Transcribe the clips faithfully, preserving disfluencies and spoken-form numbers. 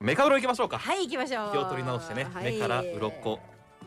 メカウロ行きましょうか。 はい行きましょう。 気を取り直してね、 はい目から鱗。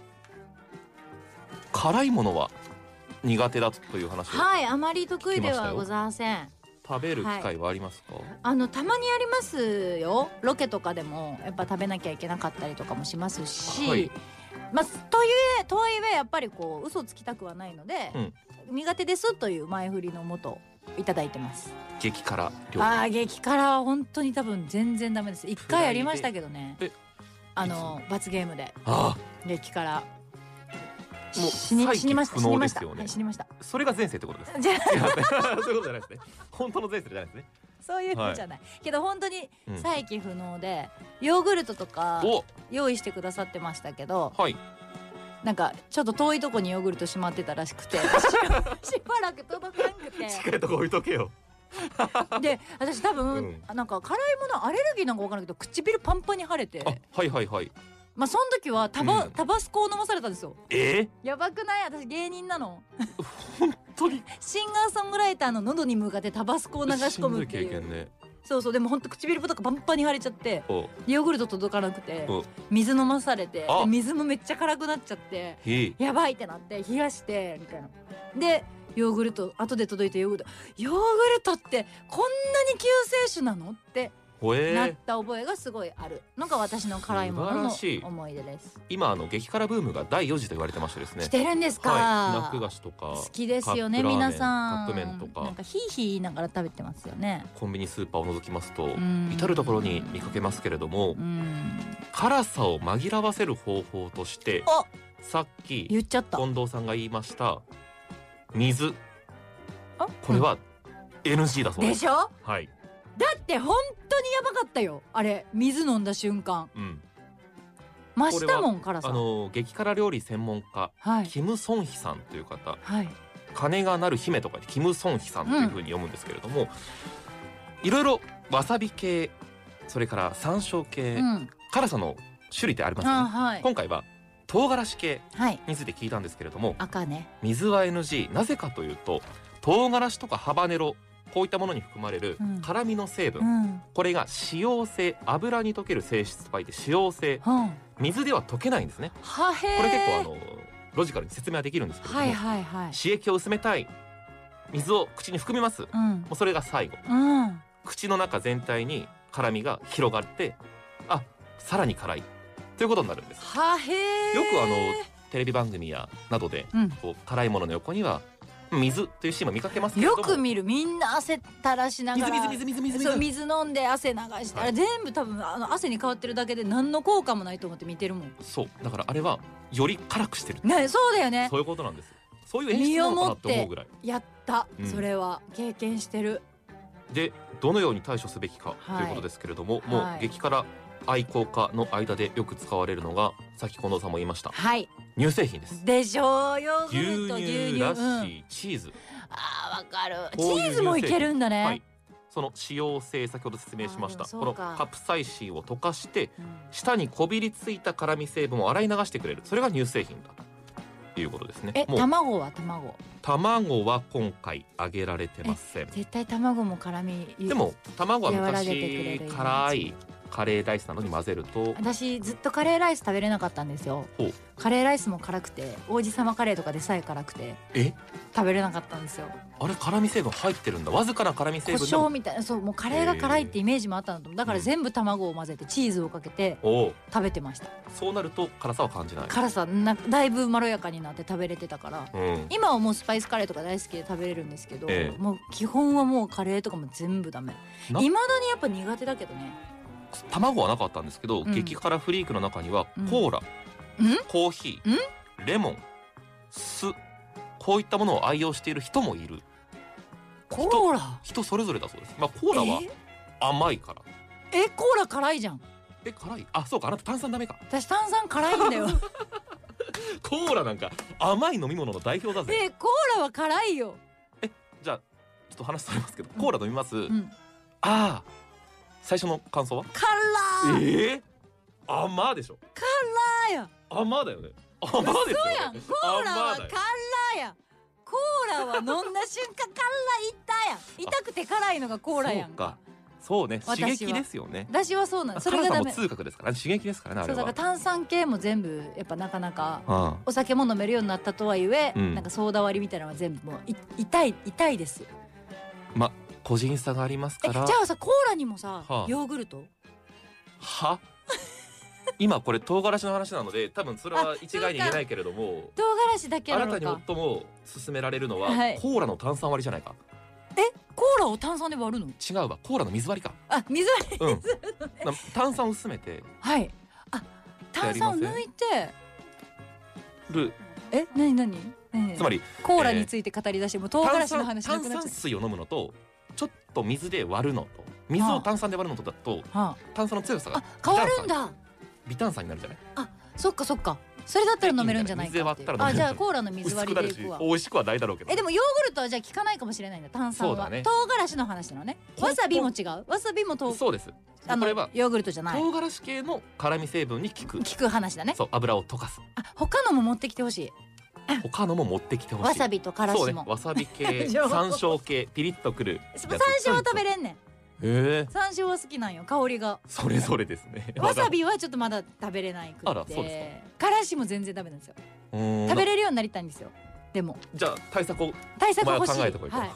辛いものは苦手だという話を、 はい、あまり得意ではございません。 食べる機会はありますか？ あのたまにありますよ。ロケとかでもやっぱ食べなきゃいけなかったりとかもしますし、 はい、 まあというえとはいえやっぱりこう嘘つきたくはないので、うん、苦手ですという前振りのもといただいてます。 激辛料理。 あー激辛は本当に多分全然ダメです。一回やりましたけどね、あの罰ゲームであ激辛もう死に死にました死にました、 よね、 はい、死にました。 それが前世ってことですじゃそういうことじゃないですね。本当の前世じゃないですね。 そういうのじゃない、はい、けど本当に再起不能で、うん、ヨーグルトとか用意してくださってましたけど、はい、なんかちょっと遠いとこにヨーグルトしまってたらしくてしばらく届かんくて近いとこ置いとけよで私多分、うん、なんか辛いものアレルギーなんか分からないけど唇パンパンに腫れて、 あはいはいはい、 まあその時はタバ、 うん、 タバスコを飲まされたんですよ。 えー、 やばくない？私芸人なの本当にシンガーソングライターの喉に向かってタバスコを流し込むっていう。 しんどい経験ね。 そうそう、でも本当唇とかパンパンに腫れちゃって、ヨーグルト届かなくて水飲まされて、水もめっちゃ辛くなっちゃってやばいってなって冷やしてみたいな。でヨーグルト後で届いたヨーグルトヨーグルトってこんなに救世主なのってなった覚えがすごいあるのが私の辛いものの思い出です。 今あの激辛ブームがだいよ次と言われてましてですね。 来てるんですか？ はい、スナック菓子とか好きですよね皆さん。カップ麺とかなんかヒーヒー言いながら食べてますよね。 コンビニスーパーを除きますと至る所に見かけますけれども、辛さを紛らわせる方法としてさっき言っちゃった近藤さんが言いました水、これは エヌジー だそうです。 でしょ？ はい。 だって本当にやばかったよあれ。水飲んだ瞬間、うん、増したもん辛さ。 あの激辛料理専門家、はい、キム・ソンヒさんという方、はい、鐘が鳴る姫とかでキム・ソンヒさんというふうに読むんですけれども、うん、いろいろわさび系それから山椒系、うん、辛さの種類ってありますよね、はい、今回は唐辛子系について聞いたんですけれども、はい、 赤ね水は エヌジー。 なぜかというと唐辛子とかハバネロこういったものに含まれる辛みの成分、うん、これが脂溶性、油に溶ける性質と書いて脂溶性、うん、水では溶けないんですね。 はへー。 これ結構あのロジカルに説明はできるんですけれども、はいはいはい、刺激を薄めたい水を口に含みます、うん、もうそれが最後、うん、口の中全体に辛みが広がってあさらに辛いということになるんです。 はへー。 よくあのテレビ番組やなどで、うん、こう辛いものの横には水というシーンも見かけますけれども、 よく見る。みんな汗垂らしながら水水水水水そう水飲んで汗流して、はい、あれ全部多分あの汗に変わってるだけで何の効果もないと思って見てるもん。 そうだからあれはより辛くしてるね。そうだよね。 そういうことなんです。そういう演出なのかなと思うぐらいやった、うん、それは経験してる。 でどのように対処すべきかということですけれども、はい、もう激辛愛好家の間でよく使われるのがさっき近藤さんも言いました、はい、乳製品です。 でしょう。ヨーグルト、 牛乳、ラッシー、チーズ。 あーわかる。チーズもいけるんだね。はい、 その脂溶性先ほど説明しましたこのカプサイシンを溶かして、うん、舌にこびりついた辛み成分を洗い流してくれる。それが乳製品だということですね。 え卵は卵卵は今回揚げられてません。 絶対卵も辛みでも卵は昔辛いカレーライスなどに混ぜると。 私ずっとカレーライス食べれなかったんですよ。カレーライスも辛くて王子様カレーとかでさえ辛くてえ食べれなかったんですよ。 あれ辛み成分入ってるんだ。わずかな辛み成分胡椒みたいな。そうもうカレーが辛いってイメージもあったの。だから全部卵を混ぜてチーズをかけて食べてました。 そうなると辛さは感じない。 辛さなだいぶまろやかになって食べれてたから、うん、今はもうスパイスカレーとか大好きで食べれるんですけど、えー、もう基本はもうカレーとかも全部ダメ。未だにやっぱ苦手だけどね。 卵はなかったんですけど、うん、激辛フリークの中にはコーラ、うん、コーヒー、うん、レモン、酢こういったものを愛用している人もいる。 コーラ人, 人それぞれだそうです。まあコーラは甘いからええコーラ辛いじゃん。 え辛い。あそうかあなた炭酸ダメか。 私炭酸辛いんだよコーラなんか甘い飲み物の代表だぜ。 えコーラは辛いよ。 えじゃあちょっと話されますけど、うん、コーラ飲みます、うん、ああ最初の感想は辛い。 えー、甘でしょ。 辛いや甘だよね。甘ですよね。 そうやん。コーラは辛いや。コーラは飲んだ瞬間辛いったやん。痛くて辛いのがコーラやんか。 そうね、刺激ですよね。 私はそうなんです。それがダメ。 辛さも痛覚ですからね、刺激ですからねあれは。 そうだから炭酸系も全部やっぱなかなかお酒も飲めるようになったとはいえ、うん、なんかソーダ割りみたいなのは全部もう痛い痛いです。 ま個人差がありますから。 じゃあさコーラにもさ、はあ、ヨーグルトは今これ唐辛子の話なので多分それは一概に言えないけれども、 唐辛子だけなのか。 あなたに最も勧められるのは、はい、コーラの炭酸割りじゃないか。 えコーラを炭酸で割るの？ 違うわ、コーラの水割りか。 あ水割り、うん、 炭酸を薄めて、 はい、あ炭酸を抜いてる。 え何何つまりコーラについて語り出しても唐辛子の話なくなっちゃう。 炭酸水を飲むのとちょっと水で割るのと水を炭酸で割るのとだと、はあ、炭酸の強さが変わるんだ。 微炭酸になるじゃない。 あそっかそっか、それだったら飲めるんじゃないかっていう。水で割ったら飲める。あじゃあコーラの水割りでいくわ。 美味しくはないだろうけど。 えでもヨーグルトはじゃあ効かないかもしれないんだ。炭酸は、ね、唐辛子の話なのね。わさびも違う。わさびもとそうです。 あのこれはヨーグルトじゃない。 唐辛子系の辛味成分に効く効く話だね。 そう油を溶かす。 あ他のも持ってきてほしい。 他のも持ってきてほしい。 わさびとからしも。 そうね、わさび系山椒系ピリッとくる。 山椒は食べれんねん。 へえ。 山椒は好きなんよ、香りが。 それぞれですね。 わさびはちょっとまだ食べれないくて。 あらそうですか。からしも全然ダメなんですよ。食べれるようになりたいんですよ。でも。 じゃあ対策を対策欲しい。 考えてこいと。はい、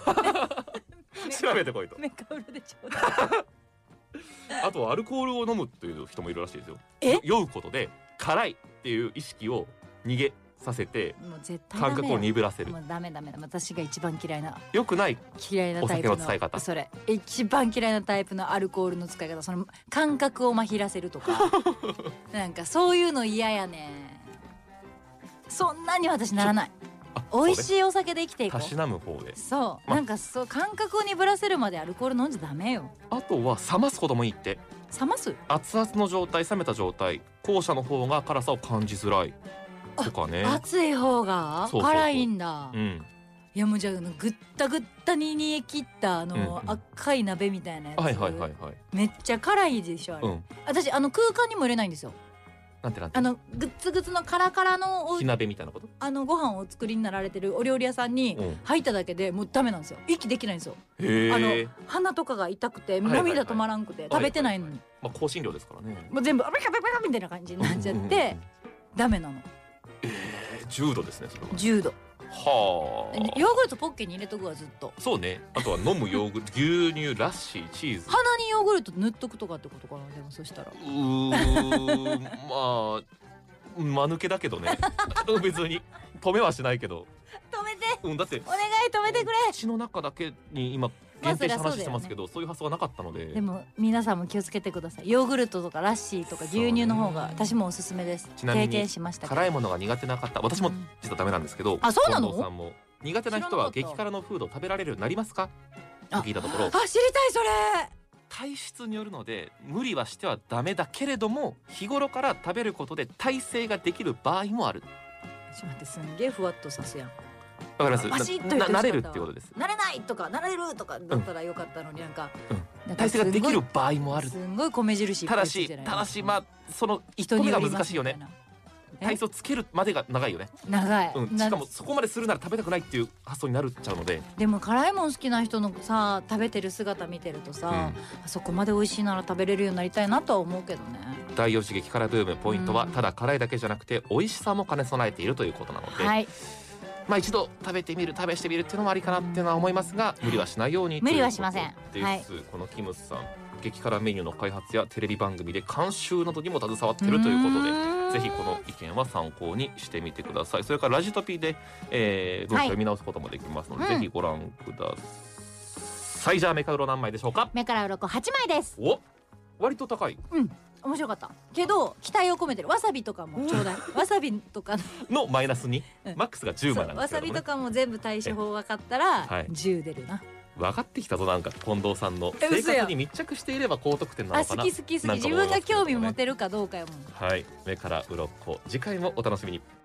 調べてこいと。 メカウロでちょうだい。 あとアルコールを飲むっていう人もいるらしいですよ。 え？ 酔うことで辛いっていう意識を逃げさせて感覚を鈍らせる。 もうダメダメだ。私が一番嫌いな良くない嫌いなタイプのお酒の使い方。 それ一番嫌いなタイプのアルコールの使い方。その感覚をまひらせるとかなんかそういうの嫌やね。そんなに私ならない。美味しいお酒で生きていこう。 たしなむ方で。 そう、ま、なんかそう感覚を鈍らせるまでアルコール飲んじゃダメよ。 あとは冷ますこともいいって。 冷ます？ 熱々の状態、冷めた状態、後者の方が辛さを感じづらいとかね。 熱い方が辛いんだ。 うん、 いやもうじゃあぐったぐったに煮え切ったあの、うんうん、赤い鍋みたいなやつ、 はいはいはいはい、 めっちゃ辛いでしょあれ、うん、私あの空間にも入れないんですよ。 なんてなんてあのグッツグツのカラカラの火鍋みたいなこと、 あのご飯をお作りになられてるお料理屋さんに入っただけでもうダメなんですよ。息できないんですよ。 へあの鼻とかが痛くて涙止まらんくて食べてないのに、 まあ香辛料ですからね。 もう全部アベカベカみたいな感じになっちゃってダメなの。 えー、じゅうどですねそれは。 じゅうど。 はあ。 ヨーグルトポッケに入れとくわずっと。 そうね。あとは飲むヨーグルト、牛乳、ラッシー、チーズ。 鼻にヨーグルト塗っとくとかってことかな。でもそしたら。 うーんまあ間抜けだけどね。別に止めはしないけど。 止めて。 うんだってお願い止めてくれ。 口の中だけに今限定した話してますけど、まあ そ, う、ね、そういう発想がなかったので。 でも皆さんも気をつけてください。ヨーグルトとかラッシーとか牛乳の方が私もおすすめです。 ちなみに経験しました辛いものが苦手な方、私も実はダメなんですけど、うん、 あそうなの？ 近藤さんも苦手な人は激辛のフードを食べられるようになりますかと聞いたところ、 あ知りたいそれ。 体質によるので無理はしてはダメだけれども日頃から食べることで耐性ができる場合もある。 ちょっと待って、すんげえふわっとさすやん。 わかります。 バシッと言ってな慣れるってことです。 慣れないとか慣れるとかだったらよかったのに、なんか、 うん、耐性ができる場合もある。 すんごい米印。 ただしただしまあその一歩目が難しいよね。体勢をつけるまでが長いよね。 長い、 うん、しかもそこまでするなら食べたくないっていう発想になるっちゃうので。 でも辛いもん好きな人のさ食べてる姿見てるとさ、うん、あそこまで美味しいなら食べれるようになりたいなとは思うけどね。 第四次激辛ブームポイントは、うん、ただ辛いだけじゃなくて美味しさも兼ね備えているということなので、はい、まあ一度食べてみる試してみるっていうのもありかなっていうのは思いますが、無理はしないように。 無理はしません。 はい、このキムスさん激辛メニューの開発やテレビ番組で監修などにも携わっているということで、ぜひこの意見は参考にしてみてください。それからラジトピで、えー、文章を読み直すこともできますので、はい、ぜひご覧ください。じゃあメカウロ何枚でしょうか？ メカウロはちまいです。 お、割と高い。 うん、面白かったけど期待を込めてる。わさびとかもちょうだい。わさびとかのマイナスに、うん、マックスがじゅうまいなんですけど、ね、 わさびとかも全部対処法分かったらじゅう出るな。 分かってきたぞ。なんか近藤さんの生活に密着していれば高得点なのかな。 あ、好き好き好き。自分が興味持てるかどうかやもん。 はい、目から鱗、次回もお楽しみに。